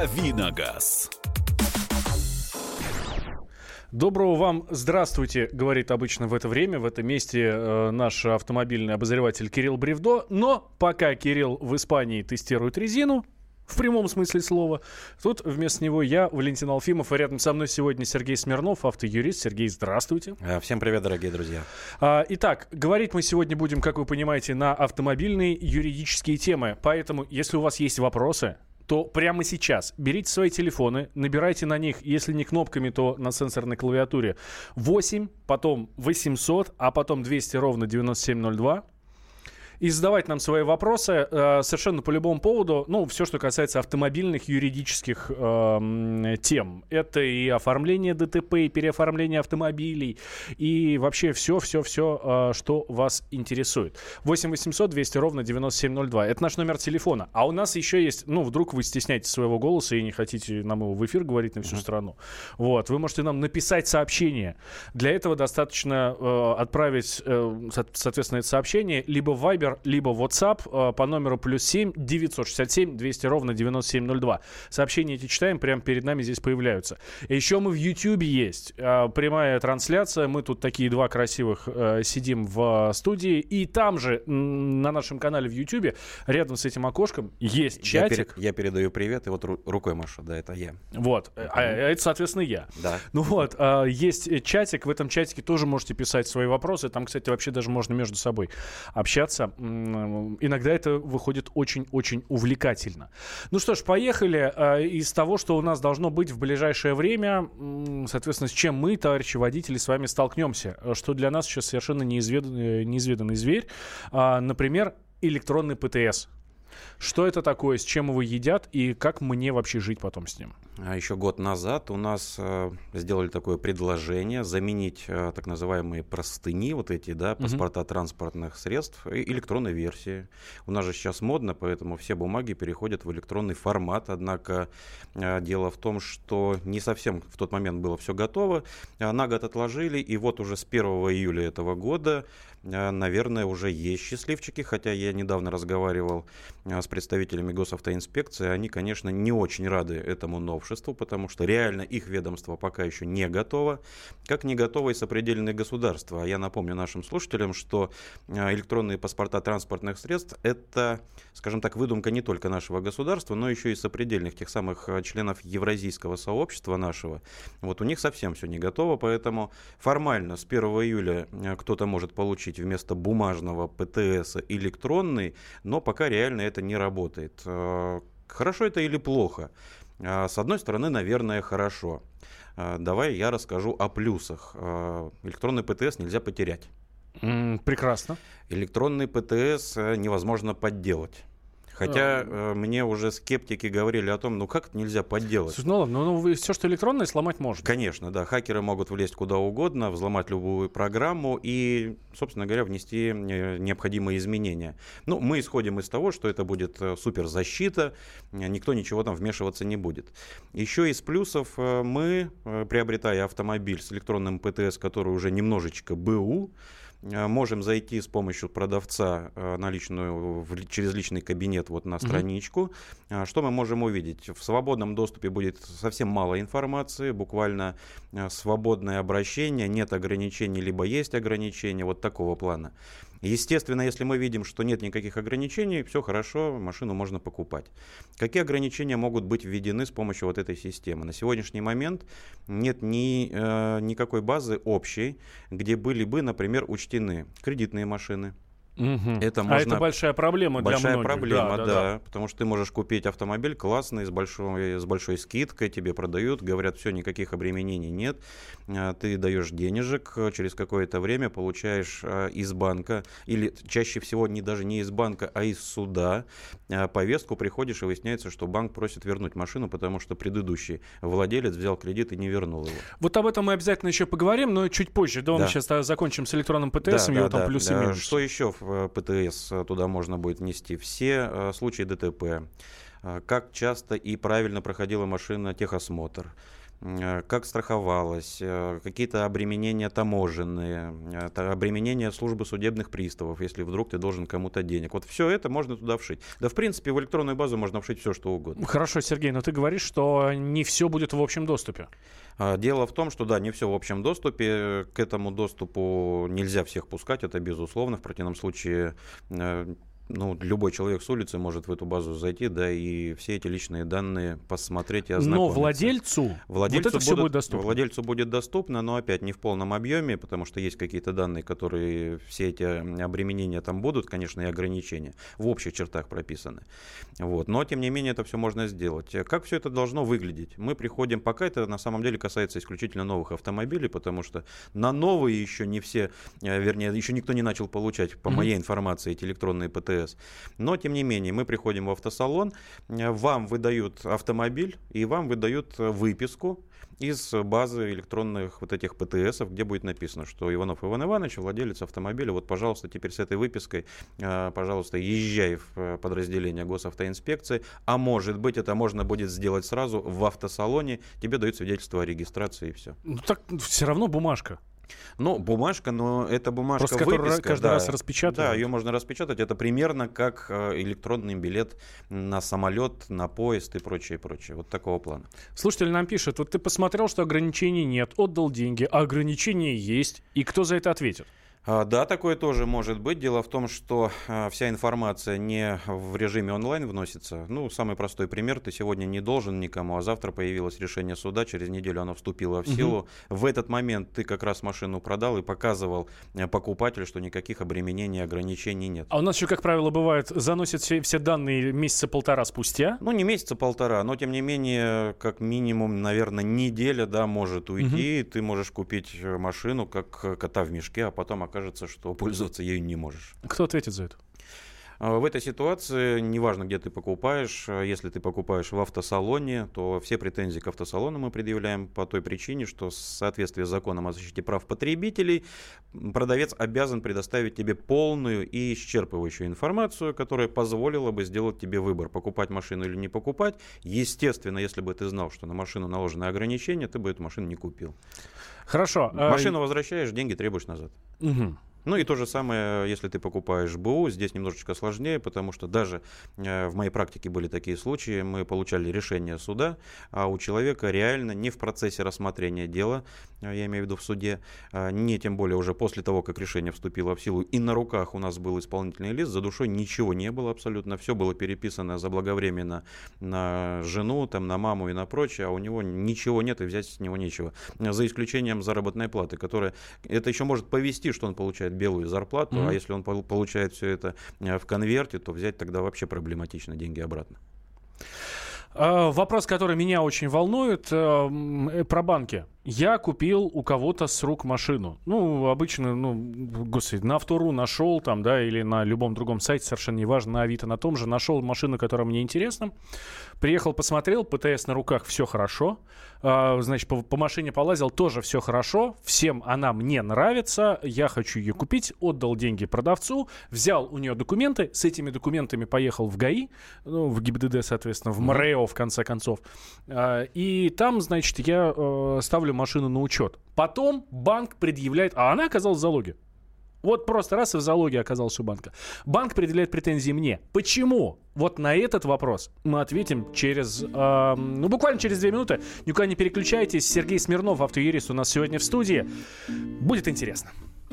Давиногаз. Доброго вам здравствуйте, говорит обычно в это время, в этом месте наш автомобильный обозреватель Кирилл Бревдо. Но пока Кирилл в Испании тестирует резину, в прямом смысле слова, тут вместо него я, Валентин Алфимов, и рядом со мной сегодня Сергей Смирнов, автоюрист. Сергей, здравствуйте. Всем привет, дорогие друзья. Итак, говорить мы сегодня будем, как вы понимаете, на автомобильные юридические темы. Поэтому, если у вас есть вопросы, то прямо сейчас берите свои телефоны, набирайте на них, если не кнопками, то на сенсорной клавиатуре 8, потом 800, а потом 200 ровно 9702. И задавать нам свои вопросы совершенно по любому поводу. Ну, все, что касается автомобильных юридических тем. Это и оформление ДТП, и переоформление автомобилей, и вообще все, что вас интересует. 8 800 200 ровно 9702. Это наш номер телефона. А у нас еще есть, вдруг вы стесняетесь своего голоса и не хотите нам его в эфир говорить на всю страну. Вот, вы можете нам написать сообщение. Для этого достаточно отправить, соответственно, это сообщение либо в Viber, либо WhatsApp по номеру +7 967 200 ровно 9702. Сообщения эти читаем, прямо перед нами здесь появляются. Еще мы в YouTube есть. Прямая трансляция. Мы тут такие два красивых сидим в студии. И там же, на нашем канале в YouTube, рядом с этим окошком, есть чатик. Я передаю привет, и вот рукой машу, да, это я. Вот. Это, соответственно, я. Да. Есть чатик. В этом чатике тоже можете писать свои вопросы. Там, кстати, вообще даже можно между собой общаться. Иногда это выходит очень-очень увлекательно. Ну что ж, поехали. Из того, что у нас должно быть в ближайшее время, соответственно, с чем мы, товарищи водители, с вами столкнемся, что для нас сейчас совершенно неизведанный зверь. Например, электронный ПТС. Что это такое, с чем его едят и как мне вообще жить потом с ним? Еще год назад у нас сделали такое предложение заменить так называемые простыни, вот эти, да, паспорта транспортных средств, электронной версии. У нас же сейчас модно, поэтому все бумаги переходят в электронный формат. Однако дело в том, что не совсем в тот момент было все готово. На год отложили, и вот уже с 1 июля этого года, наверное, уже есть счастливчики, хотя я недавно разговаривал с представителями госавтоинспекции, они, конечно, не очень рады этому новшеству, потому что реально их ведомство пока еще не готово, как не готово и сопредельные государства. А я напомню нашим слушателям, что электронные паспорта транспортных средств – это, скажем так, выдумка не только нашего государства, но еще и сопредельных, тех самых членов Евразийского сообщества нашего. Вот у них совсем все не готово, поэтому формально с 1 июля кто-то может получить вместо бумажного ПТС электронный, но пока реально это не работает. Хорошо это или плохо? С одной стороны, наверное, хорошо. Давай я расскажу о плюсах. Электронный ПТС нельзя потерять. Прекрасно. Электронный ПТС невозможно подделать. Хотя мне уже скептики говорили о том, как это нельзя подделать. Слушай, все, что электронное, сломать можно. Конечно, да. Хакеры могут влезть куда угодно, взломать любую программу и, собственно говоря, внести необходимые изменения. Мы исходим из того, что это будет суперзащита, никто ничего там вмешиваться не будет. Еще из плюсов мы, приобретая автомобиль с электронным ПТС, который уже немножечко БУ, можем зайти с помощью продавца через личный кабинет на страничку. Что мы можем увидеть? В свободном доступе будет совсем мало информации, буквально свободное обращение, нет ограничений, либо есть ограничения, вот такого плана. Естественно, если мы видим, что нет никаких ограничений, все хорошо, машину можно покупать. Какие ограничения могут быть введены с помощью вот этой системы? На сегодняшний момент нет никакой базы общей, где были бы, например, учтены кредитные машины. Это большая проблема для многих. Большая проблема, да. Потому что ты можешь купить автомобиль классный, с большой скидкой, тебе продают, говорят, все, никаких обременений нет. Ты даешь денежек, через какое-то время получаешь из банка, или чаще всего даже не из банка, а из суда повестку, приходишь, и выясняется, что банк просит вернуть машину, потому что предыдущий владелец взял кредит и не вернул его. Вот об этом мы обязательно еще поговорим, но чуть позже. Мы сейчас закончим с электронным ПТС, его там плюсы и минусы. Что еще в ПТС туда можно будет внести? Все случаи ДТП, как часто и правильно проходила машина техосмотр, как страховалась, какие-то обременения таможенные, обременения службы судебных приставов, если вдруг ты должен кому-то денег. Вот все это можно туда вшить. Да, в принципе, в электронную базу можно вшить все, что угодно. Хорошо, Сергей, но ты говоришь, что не все будет в общем доступе. Дело в том, что да, не все в общем доступе. К этому доступу нельзя всех пускать, это безусловно. В противном случае любой человек с улицы может в эту базу зайти, да, и все эти личные данные посмотреть и ознакомиться. Но владельцу вот это все будет доступно. Владельцу будет доступно, но опять не в полном объеме, потому что есть какие-то данные, которые все эти обременения там будут, конечно, и ограничения в общих чертах прописаны. Вот. Но, тем не менее, это все можно сделать. Как все это должно выглядеть? Мы приходим, пока это на самом деле касается исключительно новых автомобилей, потому что на новые еще не все, вернее, еще никто не начал получать, по моей информации, эти электронные ПТС. Но, тем не менее, мы приходим в автосалон, вам выдают автомобиль и вам выдают выписку из базы электронных вот этих ПТСов, где будет написано, что Иванов Иван Иванович, владелец автомобиля, вот, пожалуйста, теперь с этой выпиской, пожалуйста, езжай в подразделение госавтоинспекции, а может быть, это можно будет сделать сразу в автосалоне, тебе дают свидетельство о регистрации и все. Ну, так все равно бумажка. Бумажка, но это бумажка просто выписка. Каждый раз распечатывают. Да, ее можно распечатать. Это примерно как электронный билет на самолет, на поезд и прочее, прочее. Вот такого плана. Слушатель нам пишет, вот ты посмотрел, что ограничений нет, отдал деньги, а ограничения есть. И кто за это ответит? Да, такое тоже может быть. Дело в том, что вся информация не в режиме онлайн вносится. Самый простой пример. Ты сегодня не должен никому, а завтра появилось решение суда, через неделю оно вступило в силу. В этот момент ты как раз машину продал и показывал покупателю, что никаких обременений, ограничений нет. А у нас еще, как правило, бывает, заносят все данные месяца полтора спустя. Не месяца полтора, но тем не менее, как минимум, наверное, неделя, да, может уйти. И ты можешь купить машину как кота в мешке, а потом окажется, что пользоваться ею не можешь. Кто ответит за это? В этой ситуации, неважно, где ты покупаешь, если ты покупаешь в автосалоне, то все претензии к автосалону мы предъявляем по той причине, что в соответствии с законом о защите прав потребителей продавец обязан предоставить тебе полную и исчерпывающую информацию, которая позволила бы сделать тебе выбор, покупать машину или не покупать. Естественно, если бы ты знал, что на машину наложены ограничения, ты бы эту машину не купил. Хорошо. Машину возвращаешь, деньги требуешь назад. Угу. И то же самое, если ты покупаешь БУ, здесь немножечко сложнее, потому что даже в моей практике были такие случаи, мы получали решение суда, а у человека реально не в процессе рассмотрения дела, я имею в виду в суде, не тем более уже после того, как решение вступило в силу, и на руках у нас был исполнительный лист, за душой ничего не было абсолютно, все было переписано заблаговременно на жену, на маму и на прочее, а у него ничего нет и взять с него нечего, за исключением заработной платы, которая, это еще может повести, что он получает белую зарплату, а если он получает все это в конверте, то взять тогда вообще проблематично деньги обратно. Вопрос, который меня очень волнует, про банки. Я купил у кого-то с рук машину. Обычно, господи, на Авто.ру нашел или на любом другом сайте, совершенно неважно, на Авито, на том же, нашел машину, которая мне интересна. Приехал, посмотрел, ПТС на руках, все хорошо. Значит, по машине полазил, тоже все хорошо. Всем она мне нравится, я хочу ее купить. Отдал деньги продавцу, взял у нее документы. С этими документами поехал в ГАИ, в ГИБДД, соответственно, в МРЭО, в конце концов. И там, значит, я ставлю машину на учет. Потом банк предъявляет, а она оказалась в залоге. Вот просто раз и в залоге оказалась у банка. Банк предъявляет претензии мне. Почему? Вот на этот вопрос мы ответим через, буквально через 2 минуты. Никуда не переключайтесь. Сергей Смирнов, автоюрист, у нас сегодня в студии. Будет интересно.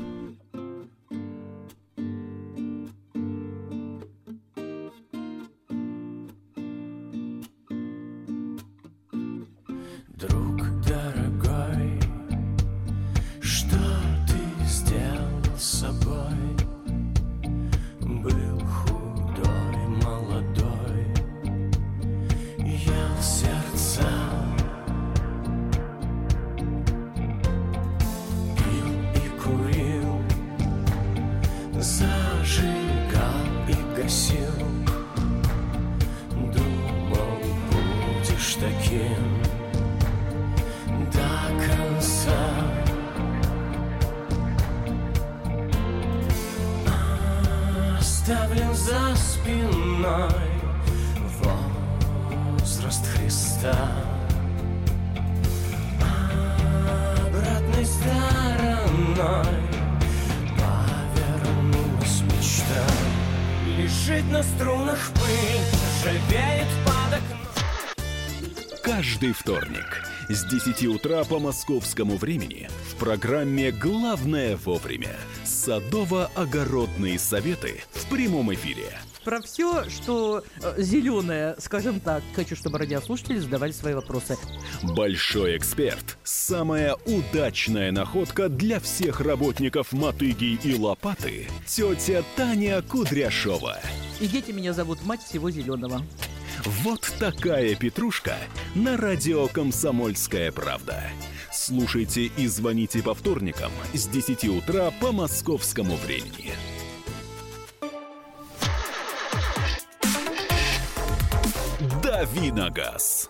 Оставлен за спиной возраст Христа. на струнах пыль, ржавеет под окном. Каждый вторник с 10 утра по московскому времени в программе «Главное вовремя» садово-огородные советы в прямом эфире. Про все, что зеленое, скажем так. Хочу, чтобы радиослушатели задавали свои вопросы. Большой эксперт. Самая удачная находка для всех работников мотыги и лопаты. Тетя Таня Кудряшова. И дети меня зовут мать всего зеленого. Вот такая петрушка на радио «Комсомольская правда». Слушайте и звоните по вторникам с 10 утра по московскому времени. «Дави на газ».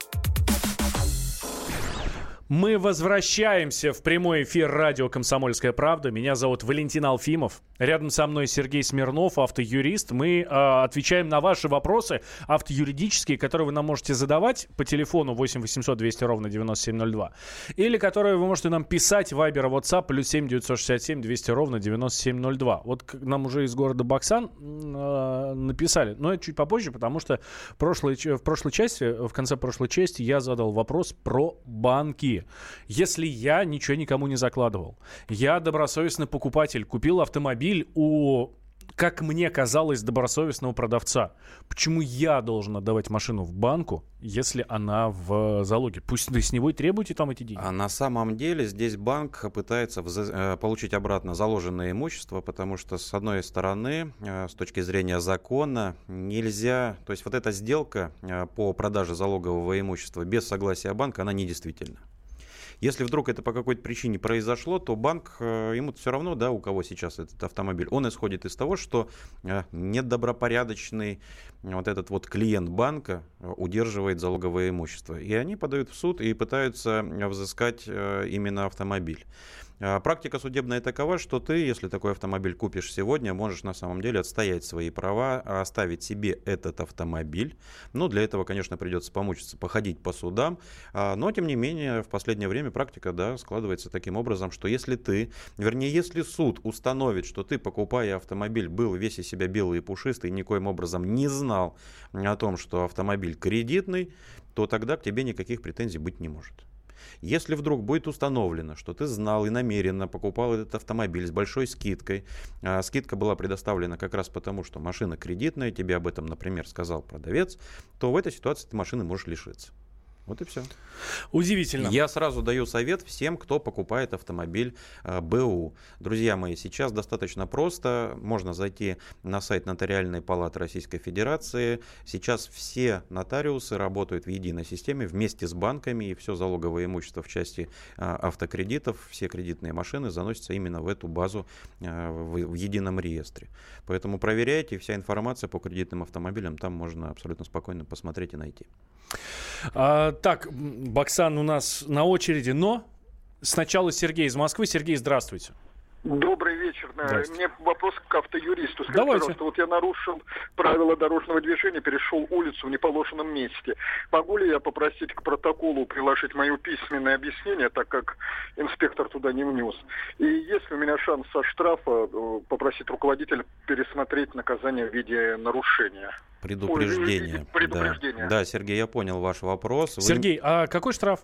Мы возвращаемся в прямой эфир радио «Комсомольская правда». Меня зовут Валентин Алфимов. Рядом со мной Сергей Смирнов, автоюрист. Мы отвечаем на ваши вопросы автоюридические, которые вы нам можете задавать по телефону 8 800 200 ровно 9702. Или которые вы можете нам писать в Вайбер и WhatsApp +7 967 200 ровно 9702. Вот нам уже из города Баксан написали. Но это чуть попозже, потому что в конце прошлой части я задал вопрос про банки. Если я ничего никому не закладывал, я добросовестный покупатель, купил автомобиль у, как мне казалось, добросовестного продавца. Почему я должен отдавать машину в банку, если она в залоге? Пусть вы с него и требуете там эти деньги. А на самом деле здесь банк пытается получить обратно заложенное имущество, потому что, с одной стороны, с точки зрения закона, нельзя... То есть вот эта сделка по продаже залогового имущества без согласия банка, она недействительна. Если вдруг это по какой-то причине произошло, то банк, ему все равно, да, у кого сейчас этот автомобиль, он исходит из того, что недобропорядочный вот этот вот клиент банка удерживает залоговое имущество. И они подают в суд и пытаются взыскать именно автомобиль. Практика судебная такова, что ты, если такой автомобиль купишь сегодня, можешь на самом деле отстоять свои права, оставить себе этот автомобиль. Ну, для этого, конечно, придется помучиться, походить по судам. Но, тем не менее, в последнее время практика, да, складывается таким образом, что если суд установит, что ты, покупая автомобиль, был весь из себя белый и пушистый, и никоим образом не знал о том, что автомобиль кредитный, то тогда к тебе никаких претензий быть не может. Если вдруг будет установлено, что ты знал и намеренно покупал этот автомобиль с большой скидкой, скидка была предоставлена как раз потому, что машина кредитная, тебе об этом, например, сказал продавец, то в этой ситуации ты машины можешь лишиться. Вот и все. Удивительно. Я сразу даю совет всем, кто покупает автомобиль БУ. Друзья мои, сейчас достаточно просто. Можно зайти на сайт Нотариальной палаты Российской Федерации. Сейчас все нотариусы работают в единой системе вместе с банками. И все залоговое имущество в части автокредитов, все кредитные машины заносятся именно в эту базу в едином реестре. Поэтому проверяйте. Вся информация по кредитным автомобилям там можно абсолютно спокойно посмотреть и найти. Так, Баксан у нас на очереди, но сначала Сергей из Москвы. Сергей, здравствуйте. Добрый вечер. Мне вопрос к автоюристу. Скажите, давайте. пожалуйста, вот я нарушил правила дорожного движения, перешел улицу в неположенном месте. Могу ли я попросить к протоколу приложить мое письменное объяснение, так как инспектор туда не внес? И есть ли у меня шанс со штрафа попросить руководителя пересмотреть наказание в виде нарушения? Предупреждение. Да, Сергей, я понял ваш вопрос. Сергей, а какой штраф?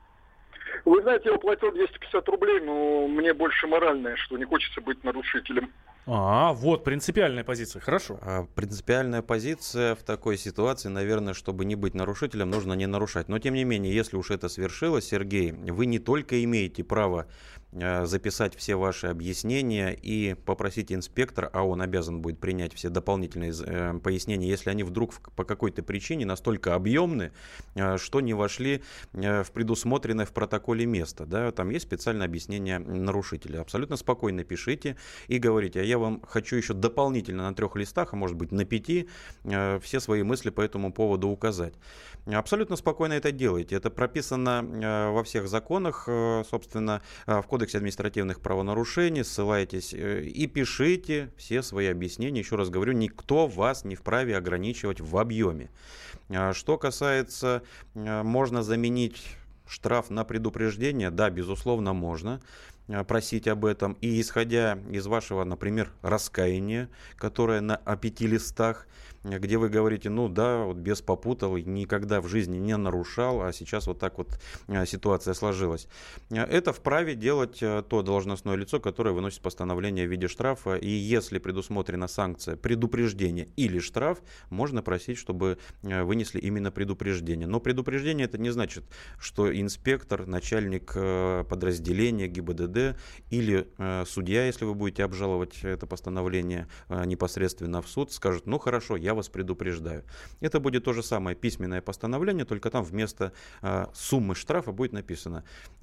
Вы знаете, я уплатил 250 рублей, но мне больше моральное, что не хочется быть нарушителем. Вот принципиальная позиция. Хорошо. Принципиальная позиция в такой ситуации, наверное, чтобы не быть нарушителем, нужно не нарушать. Но, тем не менее, если уж это свершилось, Сергей, вы не только имеете право записать все ваши объяснения и попросить инспектора, а он обязан будет принять все дополнительные пояснения, если они вдруг по какой-то причине настолько объемны, что не вошли в предусмотренное в протоколе место. Да? Там есть специальное объяснение нарушителя. Абсолютно спокойно пишите и говорите, а я вам хочу еще дополнительно на 3 листах, а может быть на 5, все свои мысли по этому поводу указать. Абсолютно спокойно это делайте. Это прописано во всех законах, собственно, в Кодексе административных правонарушений. Ссылайтесь и пишите все свои объяснения. Еще раз говорю, никто вас не вправе ограничивать в объеме. Что касается, можно заменить штраф на предупреждение? Да, безусловно, можно просить об этом. И исходя из вашего, например, раскаяния, которое на 5 листах, где вы говорите, ну да, вот бес попутал, никогда в жизни не нарушал, а сейчас вот так вот ситуация сложилась. Это вправе делать то должностное лицо, которое выносит постановление в виде штрафа, и если предусмотрена санкция предупреждение или штраф, можно просить, чтобы вынесли именно предупреждение. Но предупреждение это не значит, что инспектор, начальник подразделения ГИБДД или судья, если вы будете обжаловать это постановление непосредственно в суд, скажет, ну хорошо, я вас предупреждаю. Это будет то же самое письменное постановление, только там вместо суммы штрафа будет написано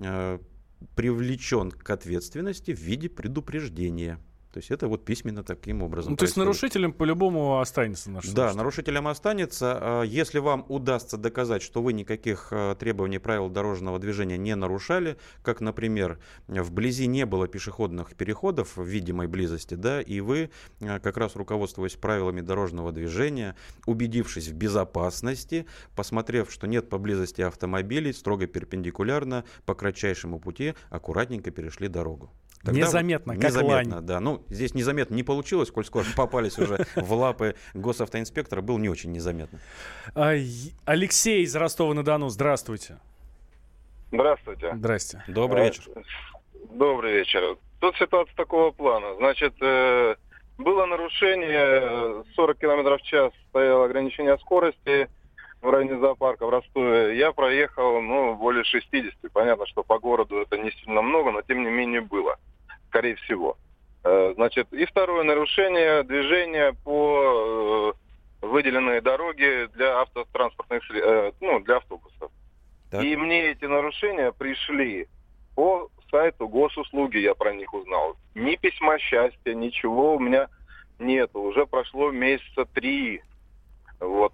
привлечен к ответственности в виде предупреждения. То есть это вот письменно таким образом. Ну, то есть нарушителем по-любому останется наш Да, нарушителем останется. Если вам удастся доказать, что вы никаких требований правил дорожного движения не нарушали, как, например, вблизи не было пешеходных переходов в видимой близости, да, и вы, как раз руководствуясь правилами дорожного движения, убедившись в безопасности, посмотрев, что нет поблизости автомобилей, строго перпендикулярно по кратчайшему пути аккуратненько перешли дорогу. Тогда незаметно, как лань. Да. Ну, здесь незаметно не получилось, коль скоро попались уже в лапы госавтоинспектора, было не очень незаметно. Алексей из Ростова-на-Дону, здравствуйте. Здравствуйте. Здрасте. Добрый вечер. Добрый вечер. Тут ситуация такого плана. Значит, было нарушение, 40 км в час стояло ограничение скорости в районе зоопарка в Ростове. Я проехал, более 60. Понятно, что по городу это не сильно много, но тем не менее было. Скорее всего. Значит, и второе нарушение движения по выделенной дороге для автотранспортных средств, для автобусов. Так. И мне эти нарушения пришли по сайту госуслуги, я про них узнал. Ни письма счастья, ничего у меня нету. Уже прошло месяца 3. Вот,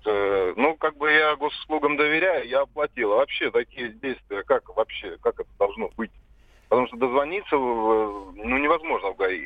я госуслугам доверяю, я оплатил. А вообще такие действия, как это должно быть? Потому что дозвониться, невозможно в ГАИ.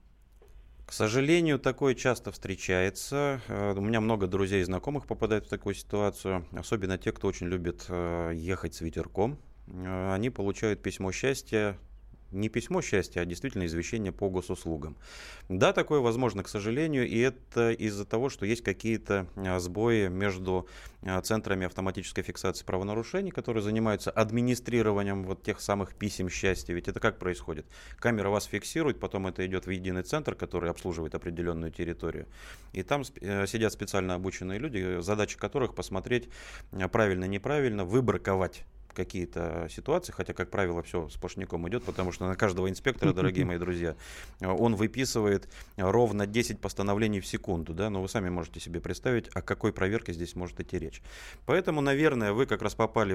К сожалению, такое часто встречается. У меня много друзей и знакомых попадают в такую ситуацию. Особенно те, кто очень любит ехать с ветерком. Они получают письмо счастья. Не письмо счастья, а действительно извещение по госуслугам. Да, такое возможно, к сожалению, и это из-за того, что есть какие-то сбои между центрами автоматической фиксации правонарушений, которые занимаются администрированием вот тех самых писем счастья. Ведь это как происходит? Камера вас фиксирует, потом это идет в единый центр, который обслуживает определенную территорию. И там сидят специально обученные люди, задача которых посмотреть правильно-неправильно, выбраковать какие-то ситуации, хотя, как правило, все сплошняком идет, потому что на каждого инспектора, дорогие мои друзья, он выписывает ровно 10 постановлений в секунду, да, но вы сами можете себе представить, о какой проверке здесь может идти речь. Поэтому, наверное, вы как раз попали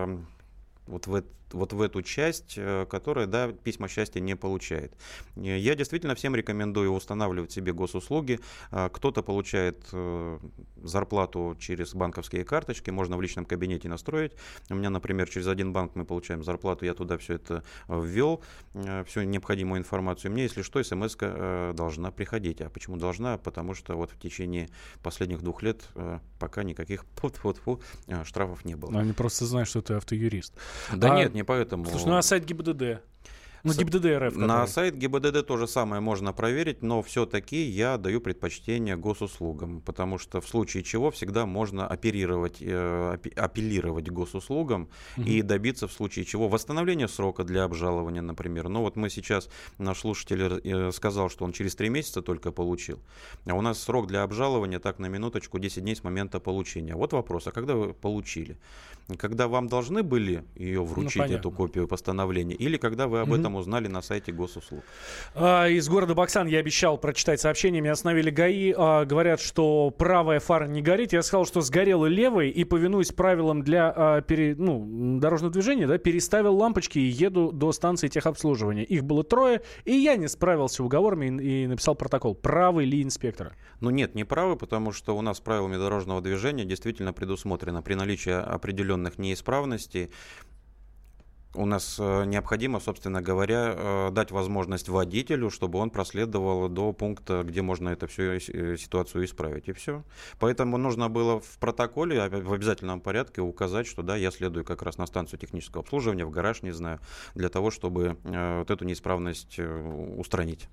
в эту часть, которая, да, письма счастья не получает. Я действительно всем рекомендую устанавливать себе госуслуги. Кто-то получает зарплату через банковские карточки, можно в личном кабинете настроить. У меня, например, через один банк мы получаем зарплату, я туда все это ввел, всю необходимую информацию. Мне, если что, смс-ка должна приходить. А почему должна? Потому что вот в течение последних 2 лет пока никаких штрафов не было. Они просто знают, что ты автоюрист. Да нет, не поэтому. Слушай, а сайт ГИБДД? ГИБДД РФ. На сайт ГИБДД то же самое можно проверить, но все-таки я даю предпочтение госуслугам, потому что в случае чего всегда можно апеллировать к госуслугам и добиться в случае чего восстановления срока для обжалования, например. Но вот мы сейчас, наш слушатель сказал, что он через 3 месяца только получил, а у нас срок для обжалования, так на минуточку, 10 дней с момента получения. Вот вопрос, а когда вы получили? Когда вам должны были ее вручить, эту копию постановления, или когда вы об этом узнали на сайте госуслуг? Из города Баксан я обещал прочитать сообщение. Меня остановили ГАИ. Говорят, что правая фара не горит. Я сказал, что сгорела левая, и, повинуясь правилам для дорожного движения, да, переставил лампочки и еду до станции техобслуживания. Их было 3, и я не справился с уговорами и написал протокол. Правый ли инспектора? Нет, не правы, потому что у нас правилами дорожного движения действительно предусмотрено при наличии определенных неисправностей. У нас необходимо, собственно говоря, дать возможность водителю, чтобы он проследовал до пункта, где можно эту всю ситуацию исправить. И все. Поэтому нужно было в протоколе в обязательном порядке указать, что да, я следую как раз на станцию технического обслуживания, в гараж, не знаю, для того, чтобы вот эту неисправность устранить.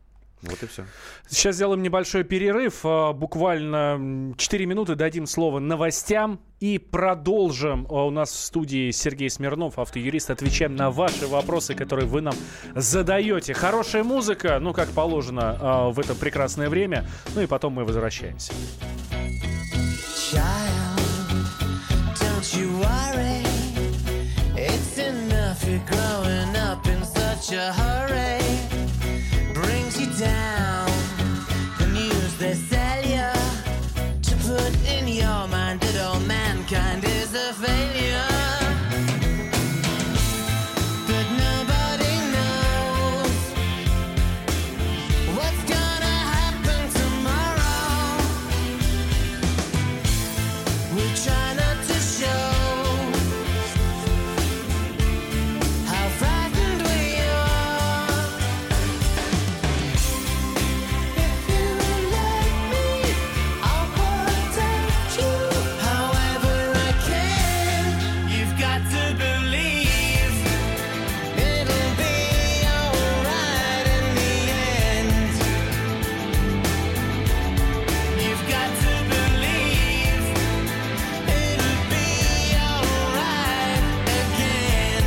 Вот и все. Сейчас сделаем небольшой перерыв. Буквально 4 минуты дадим слово новостям и продолжим. У нас в студии Сергей Смирнов, автоюрист. Отвечаем на ваши вопросы, которые вы нам задаете. Хорошая музыка, ну, как положено в это прекрасное время. Ну и потом мы возвращаемся. Down the news they sell you to put in your mind that all mankind is a failure, but nobody knows what's gonna happen tomorrow. We try not to show how frightened we are. If you let me, I'll protect you however I can. You've got to believe it'll be alright in the end. You've got to believe it'll be alright again.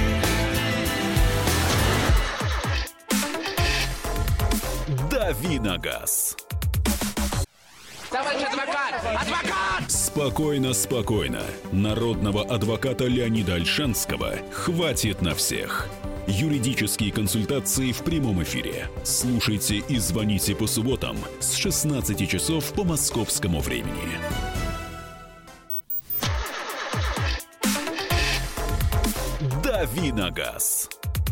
«Дави на газ». Спокойно, спокойно. Народного адвоката Леонида Ольшанского хватит на всех. Юридические консультации в прямом эфире. Слушайте и звоните по субботам с 16 часов по московскому времени. «Дави на газ».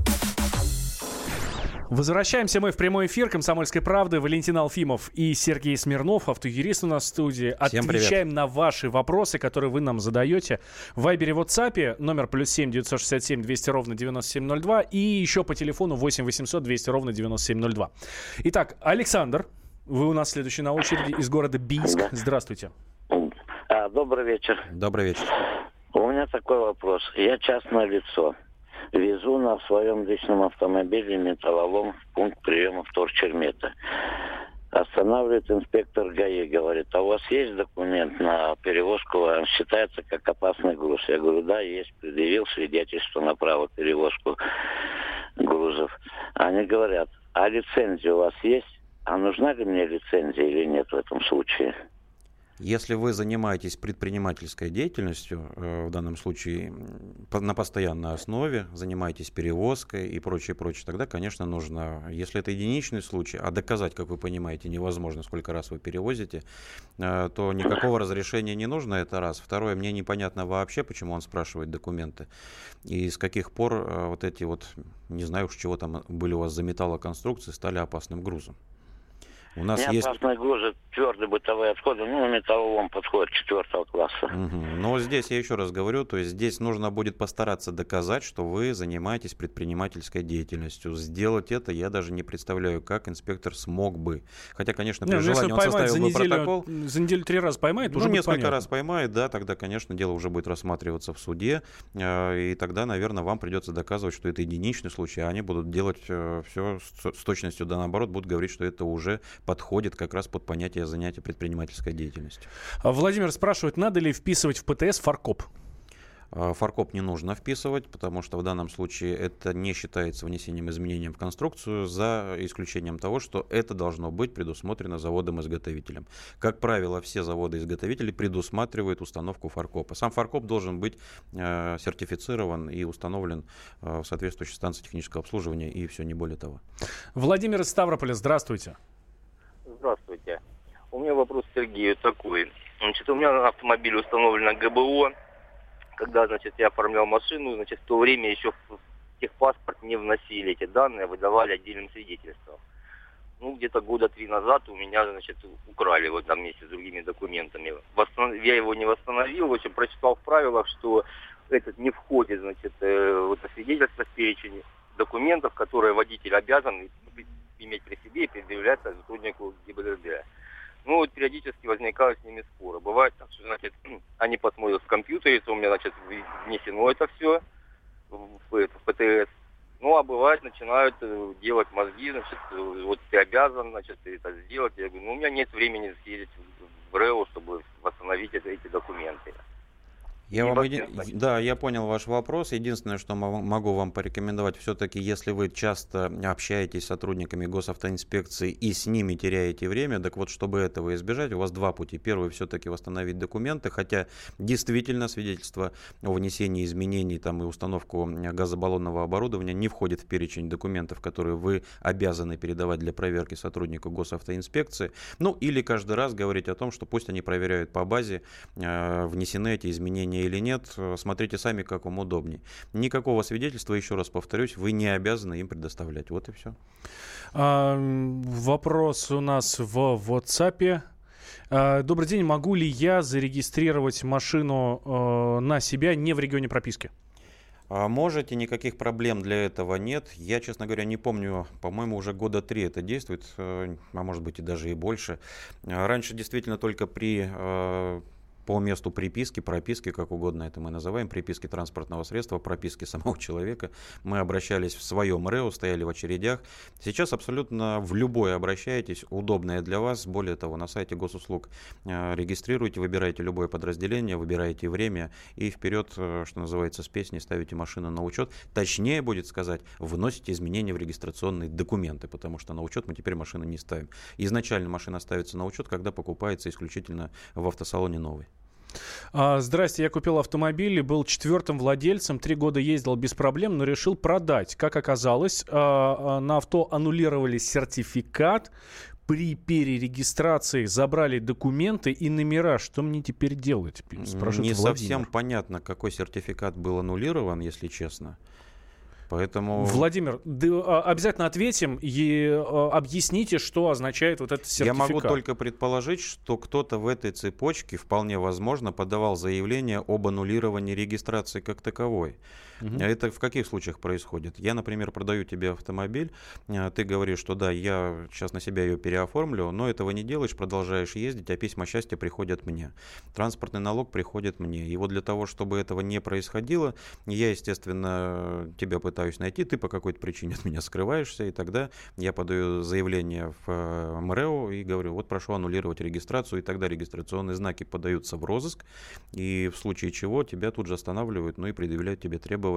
Возвращаемся мы в прямой эфир «Комсомольской правды». Валентин Алфимов и Сергей Смирнов, автоюрист у нас в студии. Всем Отвечаем привет. на ваши вопросы, которые вы нам задаете в Вайбере, WhatsApp, номер +7 967 200 ровно 9702 и еще по телефону 8 800 200 ровно 9702. Итак, Александр, вы у нас следующий на очереди из города Бийск. Здравствуйте. Добрый вечер. Добрый вечер. У меня такой вопрос. Я частное лицо. Везу на своем личном автомобиле металлолом в пункт приема вторчермета. Останавливает инспектор ГАИ, говорит: а у вас есть документ на перевозку, он считается как опасный груз? Я говорю: да, есть, предъявил свидетельство на право перевозку грузов. Они говорят: а лицензия у вас есть? А нужна ли мне лицензия или нет в этом случае? Если вы занимаетесь предпринимательской деятельностью, в данном случае на постоянной основе, занимаетесь перевозкой и прочее, тогда, конечно, нужно, если это единичный случай, а доказать, как вы понимаете, невозможно, сколько раз вы перевозите, то никакого разрешения не нужно, это раз. Второе, мне непонятно вообще, почему он спрашивает документы, и с каких пор вот эти вот, не знаю уж чего там были у вас за металлоконструкции, стали опасным грузом. У нас есть опасные грузы, твердые бытовые отходы, металлолом подходит 4 класса. Но здесь я еще раз говорю, то есть здесь нужно будет постараться доказать, что вы занимаетесь предпринимательской деятельностью. Сделать это я даже не представляю, как инспектор смог бы. Хотя, конечно, при желании он составил бы протокол. За неделю 3 раза поймает, уже несколько понятно. раз поймает, да, тогда, конечно, дело уже будет рассматриваться в суде, и тогда, наверное, вам придется доказывать, что это единичный случай, а они будут делать все с точностью да наоборот, будут говорить, что это уже подходит как раз под понятие занятия предпринимательской деятельностью. Владимир спрашивает, надо ли вписывать в ПТС фаркоп? Фаркоп не нужно вписывать, потому что в данном случае это не считается внесением изменений в конструкцию, за исключением того, что это должно быть предусмотрено заводом-изготовителем. Как правило, все заводы-изготовители предусматривают установку фаркопа. Сам фаркоп должен быть сертифицирован и установлен в соответствующей станции технического обслуживания, и все, не более того. Владимир из Ставрополя, здравствуйте. Здравствуйте. У меня вопрос к Сергею такой. Значит, у меня на автомобиле установлено ГБО. Когда, я оформлял машину, в то время еще в техпаспорт не вносили эти данные, выдавали отдельным свидетельством. Где-то года 3 назад у меня, украли в этом месте с другими документами. Я его не восстановил, прочитал в правилах, что этот не входит, в это свидетельство в перечень документов, которые водитель обязан иметь при себе и предъявлять сотруднику ГИБДД. Периодически возникают с ними споры. Бывает так, что, они посмотрят в компьютере, что у меня, внесено это все в ПТС. Ну, а бывает, начинают делать мозги, значит, вот ты обязан, значит, это сделать. Я говорю, ну, у меня нет времени съездить в РЭО, чтобы восстановить эти документы. Я понял ваш вопрос. Единственное, что могу вам порекомендовать, все-таки, если вы часто общаетесь с сотрудниками госавтоинспекции и с ними теряете время, так вот, чтобы этого избежать, у вас два пути. Первый, все-таки восстановить документы, хотя действительно свидетельство о внесении изменений там, и установку газобаллонного оборудования не входит в перечень документов, которые вы обязаны передавать для проверки сотруднику госавтоинспекции. Ну, или каждый раз говорить о том, что пусть они проверяют по базе, внесены эти изменения или нет, смотрите сами, как вам удобнее. Никакого свидетельства, еще раз повторюсь, вы не обязаны им предоставлять. Вот и все. Вопрос у нас в WhatsApp. Добрый день, могу ли я зарегистрировать машину на себя не в регионе прописки? Можете, никаких проблем для этого нет. Я, честно говоря, не помню, по-моему, уже года 3 это действует, а может быть и даже и больше. Раньше действительно только по месту приписки, прописки, как угодно это мы называем, приписки транспортного средства, прописки самого человека, мы обращались в своем РЭО, стояли в очередях. Сейчас абсолютно в любое обращаетесь, удобное для вас. Более того, на сайте госуслуг регистрируйте, выбирайте любое подразделение, выбираете время и вперед, что называется, с песней ставите машину на учет. Точнее будет сказать, вносите изменения в регистрационные документы, потому что на учет мы теперь машины не ставим. Изначально машина ставится на учет, когда покупается исключительно в автосалоне новый. Здрасте, я купил автомобиль и был 4-м владельцем, 3 года ездил без проблем, но решил продать. Как оказалось, на авто аннулировали сертификат, при перерегистрации забрали документы и номера. Что мне теперь делать? Спрашивает Не Владимир. совсем понятно, какой сертификат был аннулирован, если честно. Поэтому... Владимир, обязательно ответим и объясните, что означает вот этот сертификат. Я могу только предположить, что кто-то в этой цепочке, вполне возможно, подавал заявление об аннулировании регистрации как таковой. Это в каких случаях происходит? Я, например, продаю тебе автомобиль, ты говоришь, что да, я сейчас на себя ее переоформлю, но этого не делаешь, продолжаешь ездить, а письма счастья приходят мне. Транспортный налог приходит мне. И вот для того, чтобы этого не происходило, я, естественно, тебя пытаюсь найти, ты по какой-то причине от меня скрываешься, и тогда я подаю заявление в МРЭО и говорю, вот прошу аннулировать регистрацию, и тогда регистрационные знаки подаются в розыск, и в случае чего тебя тут же останавливают, ну и предъявляют тебе требования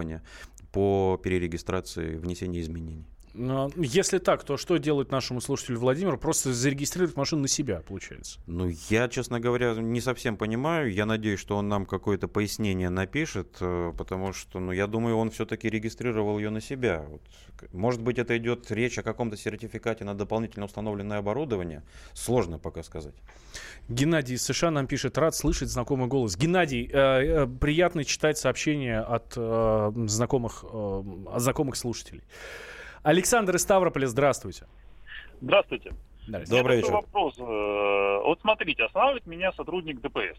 по перерегистрации, внесению изменений. Если так, то что делать нашему слушателю Владимиру? Просто зарегистрировать машину на себя, получается. Ну, я, честно говоря, не совсем понимаю. Я надеюсь, что он нам какое-то пояснение напишет, потому что, я думаю, он все-таки регистрировал ее на себя. Вот. Может быть, это идет речь о каком-то сертификате на дополнительно установленное оборудование. Сложно пока сказать. Геннадий из США нам пишет, рад слышать знакомый голос. Геннадий, приятно читать сообщения от знакомых слушателей. Александр из Ставрополя, здравствуйте. Здравствуйте. Добрый вечер. Вопрос. Вот смотрите, останавливает меня сотрудник ДПС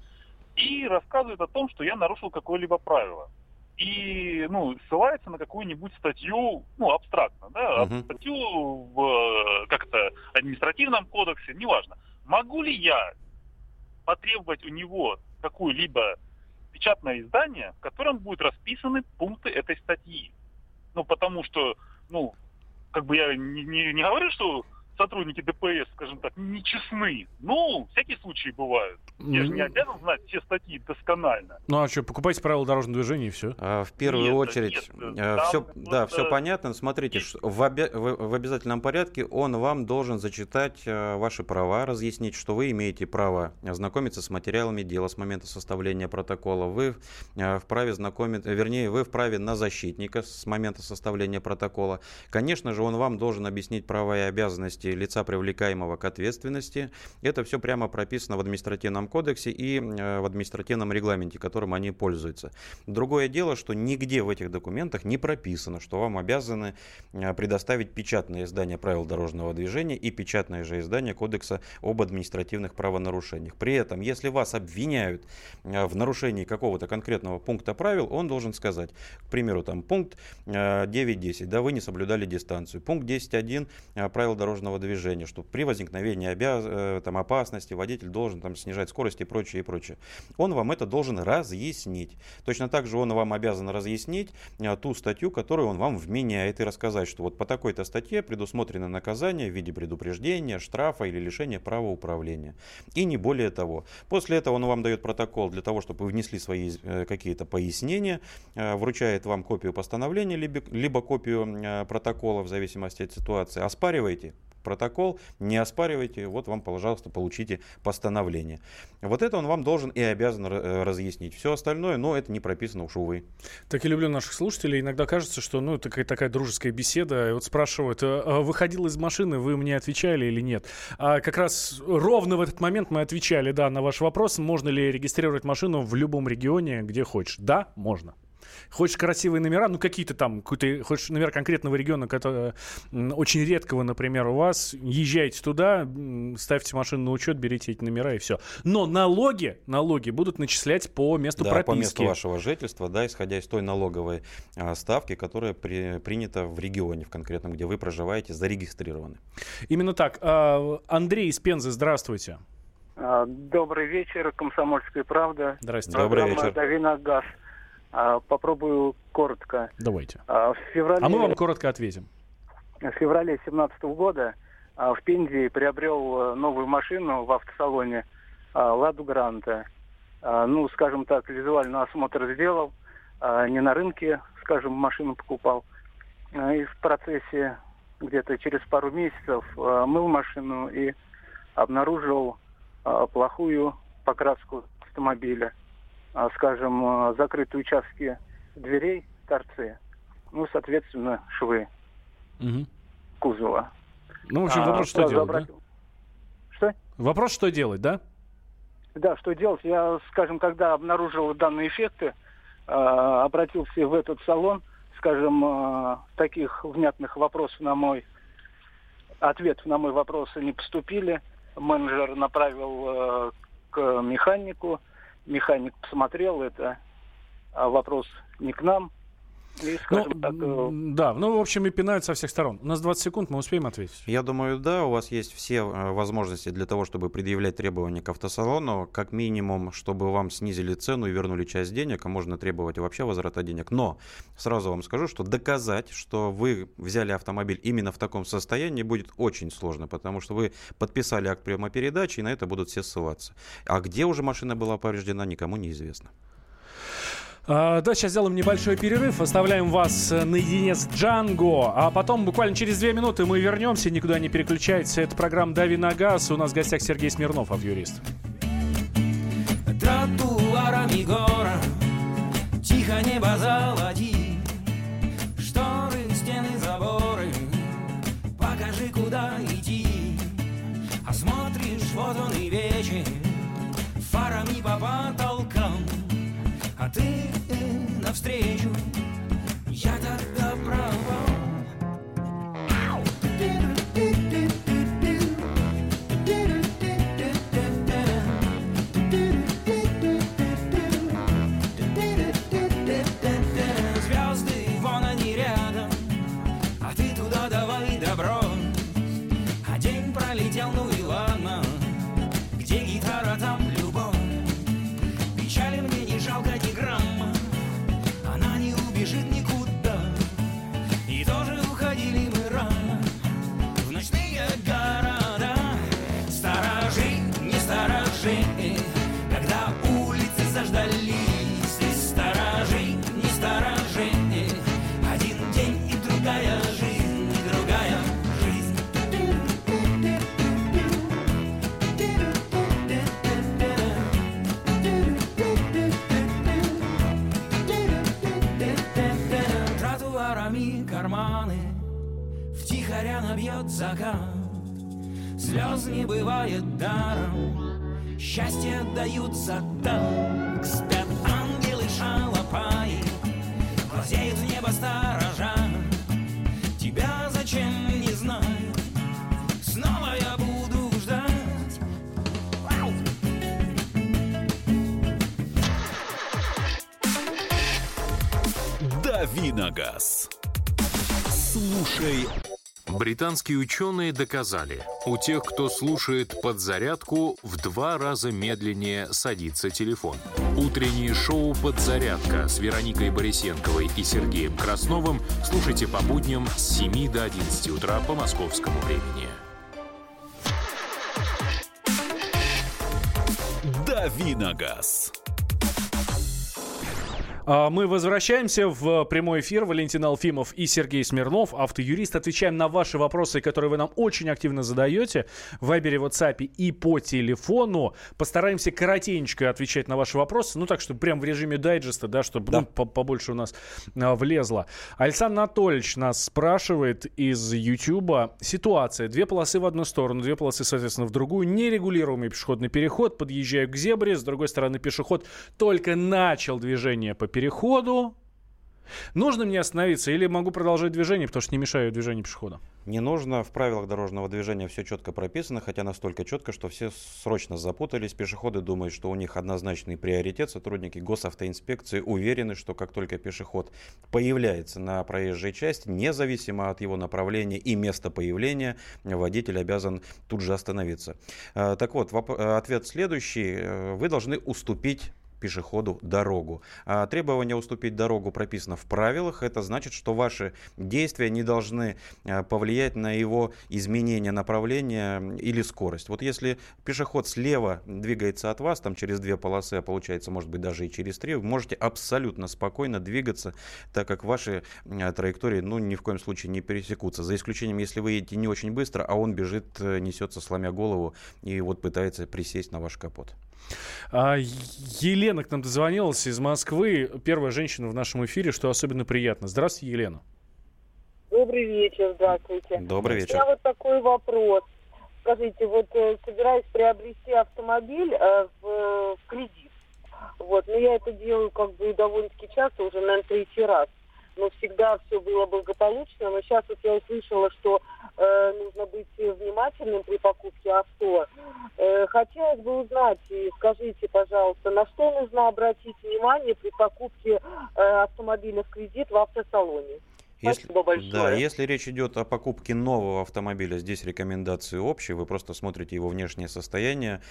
и рассказывает о том, что я нарушил какое-либо правило. И, ссылается на какую-нибудь статью, абстрактно, да, статью в административном кодексе, неважно. Могу ли я потребовать у него какое-либо печатное издание, в котором будут расписаны пункты этой статьи? Потому что, я не говорю, что сотрудники ДПС, скажем так, нечестны. Всякие случаи бывают. Я же не обязан знать все статьи досконально. Ну а что, покупайте правила дорожного движения и все. В первую очередь, все понятно. Смотрите, в обязательном порядке он вам должен зачитать ваши права, разъяснить, что вы имеете право ознакомиться с материалами дела с момента составления протокола. Вы вправе вы вправе на защитника с момента составления протокола. Конечно же, он вам должен объяснить права и обязанности лица, привлекаемого к ответственности. Это все прямо прописано в административном кодексе и в административном регламенте, которым они пользуются. Другое дело, что нигде в этих документах не прописано, что вам обязаны предоставить печатное издание правил дорожного движения и печатное же издание Кодекса об административных правонарушениях. При этом, если вас обвиняют в нарушении какого-то конкретного пункта правил, он должен сказать, к примеру, пункт 9.10, да, вы не соблюдали дистанцию. Пункт 10.1 правил дорожного дорожного движения, что при возникновении опасности водитель должен там снижать скорость и прочее, и прочее. Он вам это должен разъяснить. Точно так же он вам обязан разъяснить ту статью, которую он вам вменяет, и рассказать, что вот по такой-то статье предусмотрено наказание в виде предупреждения, штрафа или лишения права управления. И не более того. После этого он вам дает протокол для того, чтобы вы внесли свои какие-то пояснения, вручает вам копию постановления, либо копию протокола в зависимости от ситуации. Оспариваете протокол, не оспаривайте, вот вам, пожалуйста, получите постановление. Вот это он вам должен и обязан разъяснить. Все остальное, но это не прописано уж, увы. Так и люблю наших слушателей. Иногда кажется, что это такая дружеская беседа. И вот спрашивают, выходил из машины, вы мне отвечали или нет? А как раз ровно в этот момент мы отвечали, да, на ваш вопрос, можно ли регистрировать машину в любом регионе, где хочешь. Да, можно. Хочешь красивые номера, какие-то там, хочешь номер конкретного региона, который очень редкого, например, у вас, езжайте туда, ставьте машину на учет, берите эти номера и все. Но налоги будут начислять по месту прописки. По месту вашего жительства, да, исходя из той налоговой ставки, которая принята в регионе в конкретном, где вы проживаете, зарегистрированы. Именно так. Андрей из Пензы, здравствуйте. Добрый вечер, «Комсомольская правда». Здравствуйте. Добрый вечер. «Дави на газ». Попробую коротко. Давайте. В феврале... А мы вам коротко ответим. В феврале 2017 года в Пензе приобрел новую машину в автосалоне «Ладу Гранта». Скажем так, визуальный осмотр сделал. Не на рынке, скажем, машину покупал. И в процессе где-то через пару месяцев мыл машину и обнаружил плохую покраску автомобиля. Скажем, закрытые участки дверей, торцы, соответственно, швы кузова. В общем, вопрос, что делать, да? Что? Вопрос, что делать, да? Да, что делать? Я, скажем, когда обнаружил данные эффекты, обратился в этот салон, скажем, таких внятных вопросов ответов на мой вопрос не поступили. Менеджер направил к механику. Механик посмотрел, это вопрос не к нам. И, скажем так, да, в общем, и пинают со всех сторон. У нас 20 секунд, мы успеем ответить. Я думаю, да, у вас есть все возможности для того, чтобы предъявлять требования к автосалону, как минимум, чтобы вам снизили цену и вернули часть денег, а можно требовать вообще возврата денег. Но сразу вам скажу, что доказать, что вы взяли автомобиль именно в таком состоянии, будет очень сложно, потому что вы подписали акт приема передачи, и на это будут все ссылаться. А где уже машина была повреждена, никому не известно. Да, сейчас сделаем небольшой перерыв, оставляем вас наедине с Джанго, а потом буквально через 2 минуты мы вернемся, никуда не переключайтесь. Это программа «Дави на газ», у нас в гостях Сергей Смирнов, авиюрист. Тротуарами город, тихо небо золоти, шторы, стены, заборы, покажи, куда идти. А смотришь, вот он и вечер, фарами по потолкам. А ты навстречу, я тогда права. Звезды, вон они рядом, а ты туда давай добро. А день пролетел, ну и ладно, где гитара, там любовь. Печали мне не жалко ни грамма, она не убежит никуда. И тоже уходили мы рано в ночные города. Сторожи, не сторожи, когда улицы заждались. Ты сторожи, не сторожи, один день и другая жизнь, другая жизнь. Тротуарами карманы втихаря набьет закат. Слез не бывает даром, счастье даются так. Спят ангелы шалопаи, глазеют в небо сторожа. Тебя зачем, не знаю, снова я буду ждать. Вау! «Дави на газ». Слушай Британские ученые доказали, у тех, кто слушает «Подзарядку», в 2 раза медленнее садится телефон. Утреннее шоу «Подзарядка» с Вероникой Борисенковой и Сергеем Красновым слушайте по будням с 7 до 11 утра по московскому времени. «Дави на газ». Мы возвращаемся в прямой эфир. Валентин Алфимов и Сергей Смирнов, автоюрист. Отвечаем на ваши вопросы, которые вы нам очень активно задаете в Вайбере, WhatsApp и по телефону. Постараемся коротенько отвечать на ваши вопросы. Ну, так, чтобы прям в режиме дайджеста, да, чтобы побольше у нас влезло. Александр Анатольевич нас спрашивает из Ютуба. Ситуация. 2 полосы в одну сторону, 2 полосы, соответственно, в другую. Нерегулируемый пешеходный переход. Подъезжаю к зебре. С другой стороны, пешеход только начал движение по переходу. Нужно мне остановиться или могу продолжать движение, потому что не мешаю движению пешехода? Не нужно. В правилах дорожного движения все четко прописано, хотя настолько четко, что все срочно запутались. Пешеходы думают, что у них однозначный приоритет. Сотрудники госавтоинспекции уверены, что как только пешеход появляется на проезжей части, независимо от его направления и места появления, водитель обязан тут же остановиться. Так вот, ответ следующий. Вы должны уступить пешеходу дорогу. Требование уступить дорогу прописано в правилах. Это значит, что ваши действия не должны повлиять на его изменение направления или скорость. Вот если пешеход слева двигается от вас, там через 2 полосы, а получается, может быть, даже и через 3, вы можете абсолютно спокойно двигаться, так как ваши траектории, ни в коем случае не пересекутся. За исключением, если вы едете не очень быстро, а он бежит, несется, сломя голову и вот пытается присесть на ваш капот. Елена к нам дозвонилась из Москвы. Первая женщина в нашем эфире, что особенно приятно. Здравствуйте, Елена. Добрый вечер, здравствуйте. Добрый вечер. У меня вот такой вопрос. Скажите, вот собираюсь приобрести автомобиль в кредит. Вот, но я это делаю довольно-таки часто, уже, наверное, 3-й раз. Но всегда все было благополучно. Но сейчас вот я услышала, что нужно быть внимательным при покупке авто. Хотелось бы узнать, скажите, пожалуйста, на что нужно обратить внимание при покупке автомобиля в кредит в автосалоне? Спасибо большое. Да, если речь идет о покупке нового автомобиля, здесь рекомендации общие. Вы просто смотрите его внешнее состояние,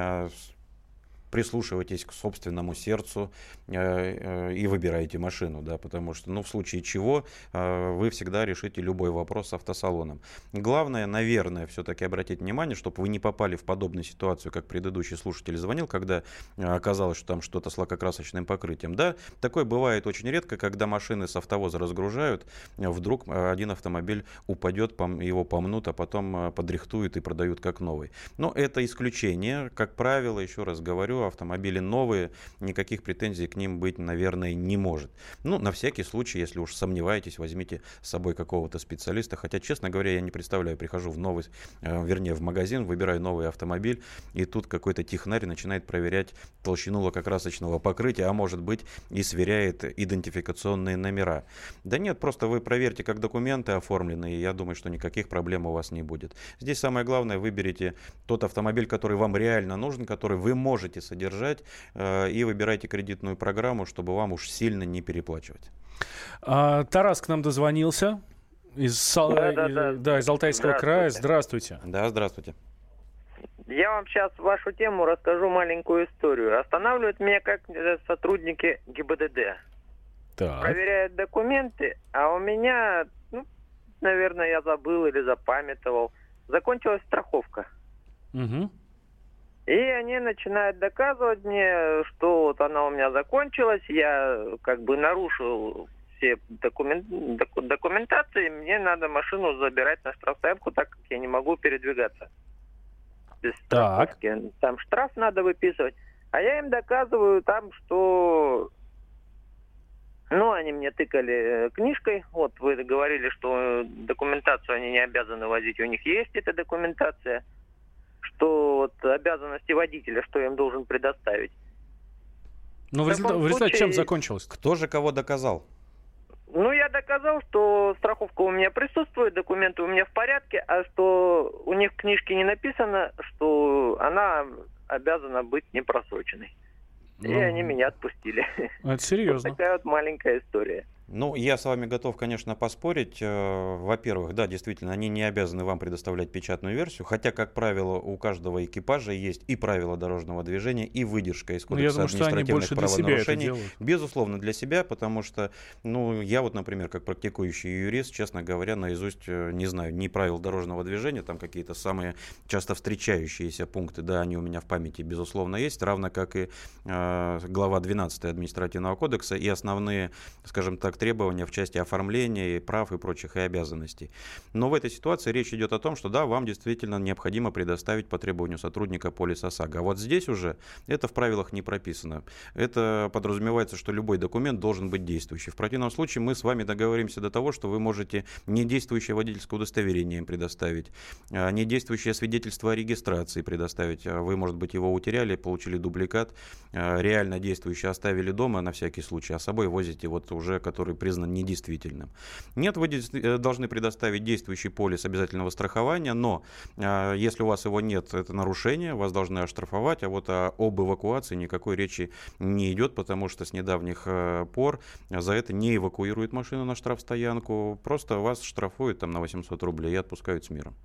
прислушивайтесь к собственному сердцу и выбираете машину, да, потому что, в случае чего вы всегда решите любой вопрос с автосалоном. Главное, наверное, все-таки обратить внимание, чтобы вы не попали в подобную ситуацию, как предыдущий слушатель звонил, когда оказалось, что там что-то с лакокрасочным покрытием. Да, такое бывает очень редко, когда машины с автовоза разгружают, вдруг один автомобиль упадет, его помнут, а потом подрихтуют и продают как новый. Но это исключение. Как правило, еще раз говорю, автомобили новые, никаких претензий к ним быть, наверное, не может. На всякий случай, если уж сомневаетесь, возьмите с собой какого-то специалиста. Хотя, честно говоря, я не представляю, прихожу в магазин, выбираю новый автомобиль, и тут какой-то технарь начинает проверять толщину лакокрасочного покрытия, а может быть и сверяет идентификационные номера. Да нет, просто вы проверьте, как документы оформлены, и я думаю, что никаких проблем у вас не будет. Здесь самое главное, выберите тот автомобиль, который вам реально нужен, который вы можете содержать, и выбирайте кредитную программу, чтобы вам уж сильно не переплачивать. Тарас к нам дозвонился из Алтайского края. Здравствуйте. Да, здравствуйте. Я вам сейчас вашу тему расскажу маленькую историю. Останавливают меня как сотрудники ГИБДД. Так. Проверяют документы, а у меня, наверное, я забыл или запамятовал. Закончилась страховка. Угу. И они начинают доказывать мне, что вот она у меня закончилась, я нарушил все документации, мне надо машину забирать на штрафстоянку, так как я не могу передвигаться без страховки. Там штраф надо выписывать. А я им доказываю там, что... они мне тыкали книжкой. Вот вы говорили, что документацию они не обязаны возить. У них есть эта документация. Что обязанности водителя, что я им должен предоставить. В результате чем закончилось? Кто же кого доказал? Я доказал, что страховка у меня присутствует, документы у меня в порядке, а что у них в книжке не написано, что она обязана быть непросроченной. И они меня отпустили. Это серьезно. Вот такая маленькая история. Ну, я с вами готов, конечно, поспорить. Во-первых, да, действительно, они не обязаны вам предоставлять печатную версию, хотя, как правило, у каждого экипажа есть и правила дорожного движения, и выдержка из кодекса административных правонарушений. Безусловно, для себя, потому что, ну, я вот, например, как практикующий юрист, честно говоря, наизусть не знаю ни правил дорожного движения, там какие-то самые часто встречающиеся пункты, да, они у меня в памяти, безусловно, есть, равно как и глава 12 административного кодекса и основные, скажем так, требования в части оформления прав и прочих и обязанностей. Но в этой ситуации речь идет о том, что да, вам действительно необходимо предоставить по требованию сотрудника полис ОСАГО. А вот здесь уже это в правилах не прописано. Это подразумевается, что любой документ должен быть действующий. В противном случае мы с вами договоримся до того, что вы можете недействующее водительское удостоверение им предоставить, недействующее свидетельство о регистрации предоставить. Вы, может быть, его утеряли, получили дубликат, реально действующее оставили дома на всякий случай, а с собой возите вот уже, который признан недействительным. Нет, вы должны предоставить действующий полис обязательного страхования, но если у вас его нет, это нарушение, вас должны оштрафовать, а вот об эвакуации никакой речи не идет, потому что с недавних пор за это не эвакуируют машину на штрафстоянку, просто вас штрафуют там на 800 рублей и отпускают с миром.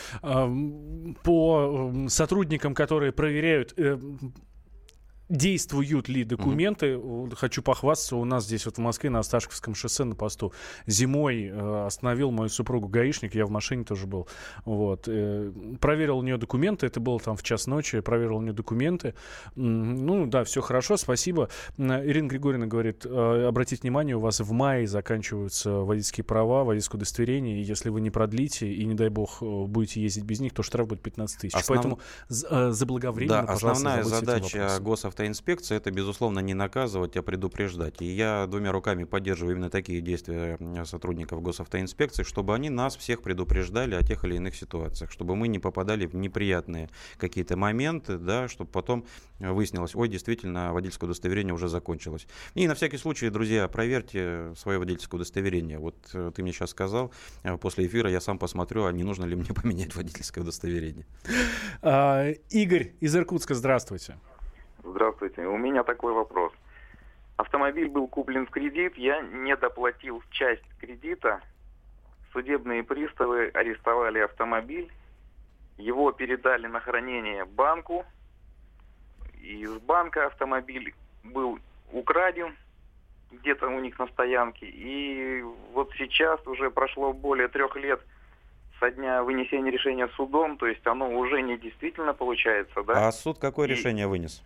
По сотрудникам, которые проверяют, действуют ли документы, хочу похвастаться, у нас здесь вот в Москве на Осташковском шоссе на посту зимой остановил мою супругу гаишник, я в машине тоже был, вот, проверил у нее документы, это было там в час ночи, проверил у нее документы, ну да, все хорошо, спасибо. Ирина Григорьевна говорит, обратите внимание, у вас в мае заканчиваются водительские права, водительское удостоверение, и если вы не продлите и, не дай бог, будете ездить без них, то штраф будет 15 тысяч. Поэтому заблаговременно, да, пожалуйста, основная задача госавтоинспекции это, безусловно, не наказывать, а предупреждать. И я двумя руками поддерживаю именно такие действия сотрудников госавтоинспекции, чтобы они нас всех предупреждали о тех или иных ситуациях, чтобы мы не попадали в неприятные какие-то моменты, да, чтобы потом выяснилось, ой, действительно, водительское удостоверение уже закончилось. И на всякий случай, друзья, проверьте свое водительское удостоверение. Вот ты мне сейчас сказал, после эфира я сам посмотрю, а не нужно ли мне поменять водительское удостоверение. Игорь из Иркутска, здравствуйте. Здравствуйте. У меня такой вопрос. Автомобиль был куплен в кредит, я не доплатил часть кредита. Судебные приставы арестовали автомобиль, его передали на хранение банку. Из банка автомобиль был украден где-то у них на стоянке. И вот сейчас уже прошло более 3 лет со дня вынесения решения судом, то есть оно уже не действительно получается, да? А суд какое решение вынес?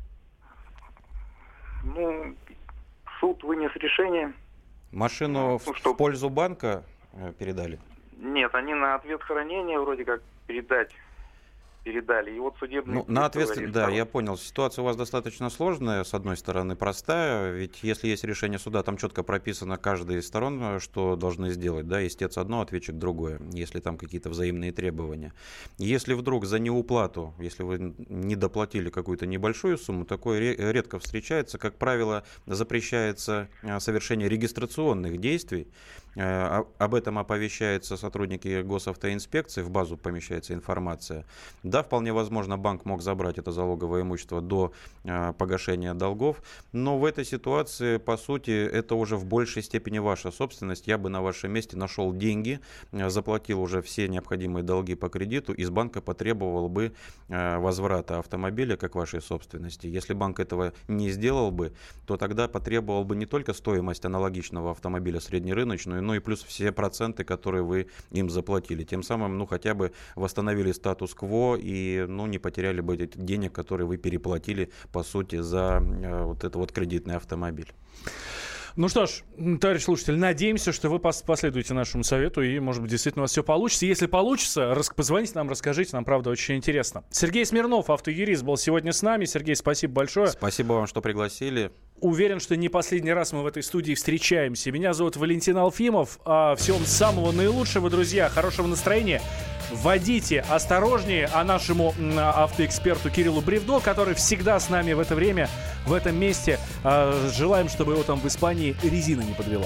Ну, суд вынес решение. Машину в пользу банка передали? Нет, они на ответ хранения вроде как передали. И вот судебные... на ответственность, да, я понял. Ситуация у вас достаточно сложная, с одной стороны, простая. Ведь если есть решение суда, там четко прописано каждая из сторон, что должны сделать. Да, истец одно, ответчик другое, если там какие-то взаимные требования. Если вдруг за неуплату, если вы не доплатили какую-то небольшую сумму, такое редко встречается. Как правило, запрещается совершение регистрационных действий. Об этом оповещаются сотрудники госавтоинспекции, в базу помещается информация. Да, вполне возможно, банк мог забрать это залоговое имущество до погашения долгов, но в этой ситуации, по сути, это уже в большей степени ваша собственность. Я бы на вашем месте нашел деньги, заплатил уже все необходимые долги по кредиту, из банка потребовал бы возврата автомобиля как вашей собственности. Если банк этого не сделал бы, то тогда потребовал бы не только стоимость аналогичного автомобиля среднерыночную, но и плюс все проценты, которые вы им заплатили. Тем самым, хотя бы восстановили статус-кво и, не потеряли бы этих денег, которые вы переплатили, по сути, за вот этот вот кредитный автомобиль. Ну что ж, товарищ слушатель, надеемся, что вы последуете нашему совету и, может быть, действительно у вас все получится. Если получится, позвоните нам, расскажите, нам, правда, очень интересно. Сергей Смирнов, автоюрист, был сегодня с нами. Сергей, спасибо большое. Спасибо вам, что пригласили. Уверен, что не последний раз мы в этой студии встречаемся. Меня зовут Валентин Алфимов. Всего вам самого наилучшего, друзья, хорошего настроения. Водите осторожнее, а нашему автоэксперту Кириллу Бревдо, который всегда с нами в это время, в этом месте, желаем, чтобы его там в Испании резина не подвела.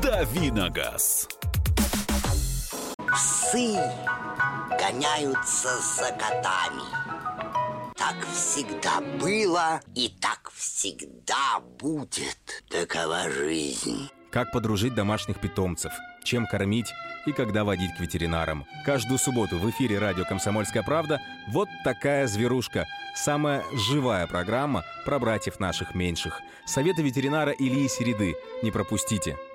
«Дави на газ». Псы гоняются за котами. Так всегда было и так всегда будет. Такова жизнь. Как подружить домашних питомцев, чем кормить и когда водить к ветеринарам. Каждую субботу в эфире радио «Комсомольская правда» вот такая зверушка. Самая живая программа про братьев наших меньших. Советы ветеринара Ильи Середы. Не пропустите.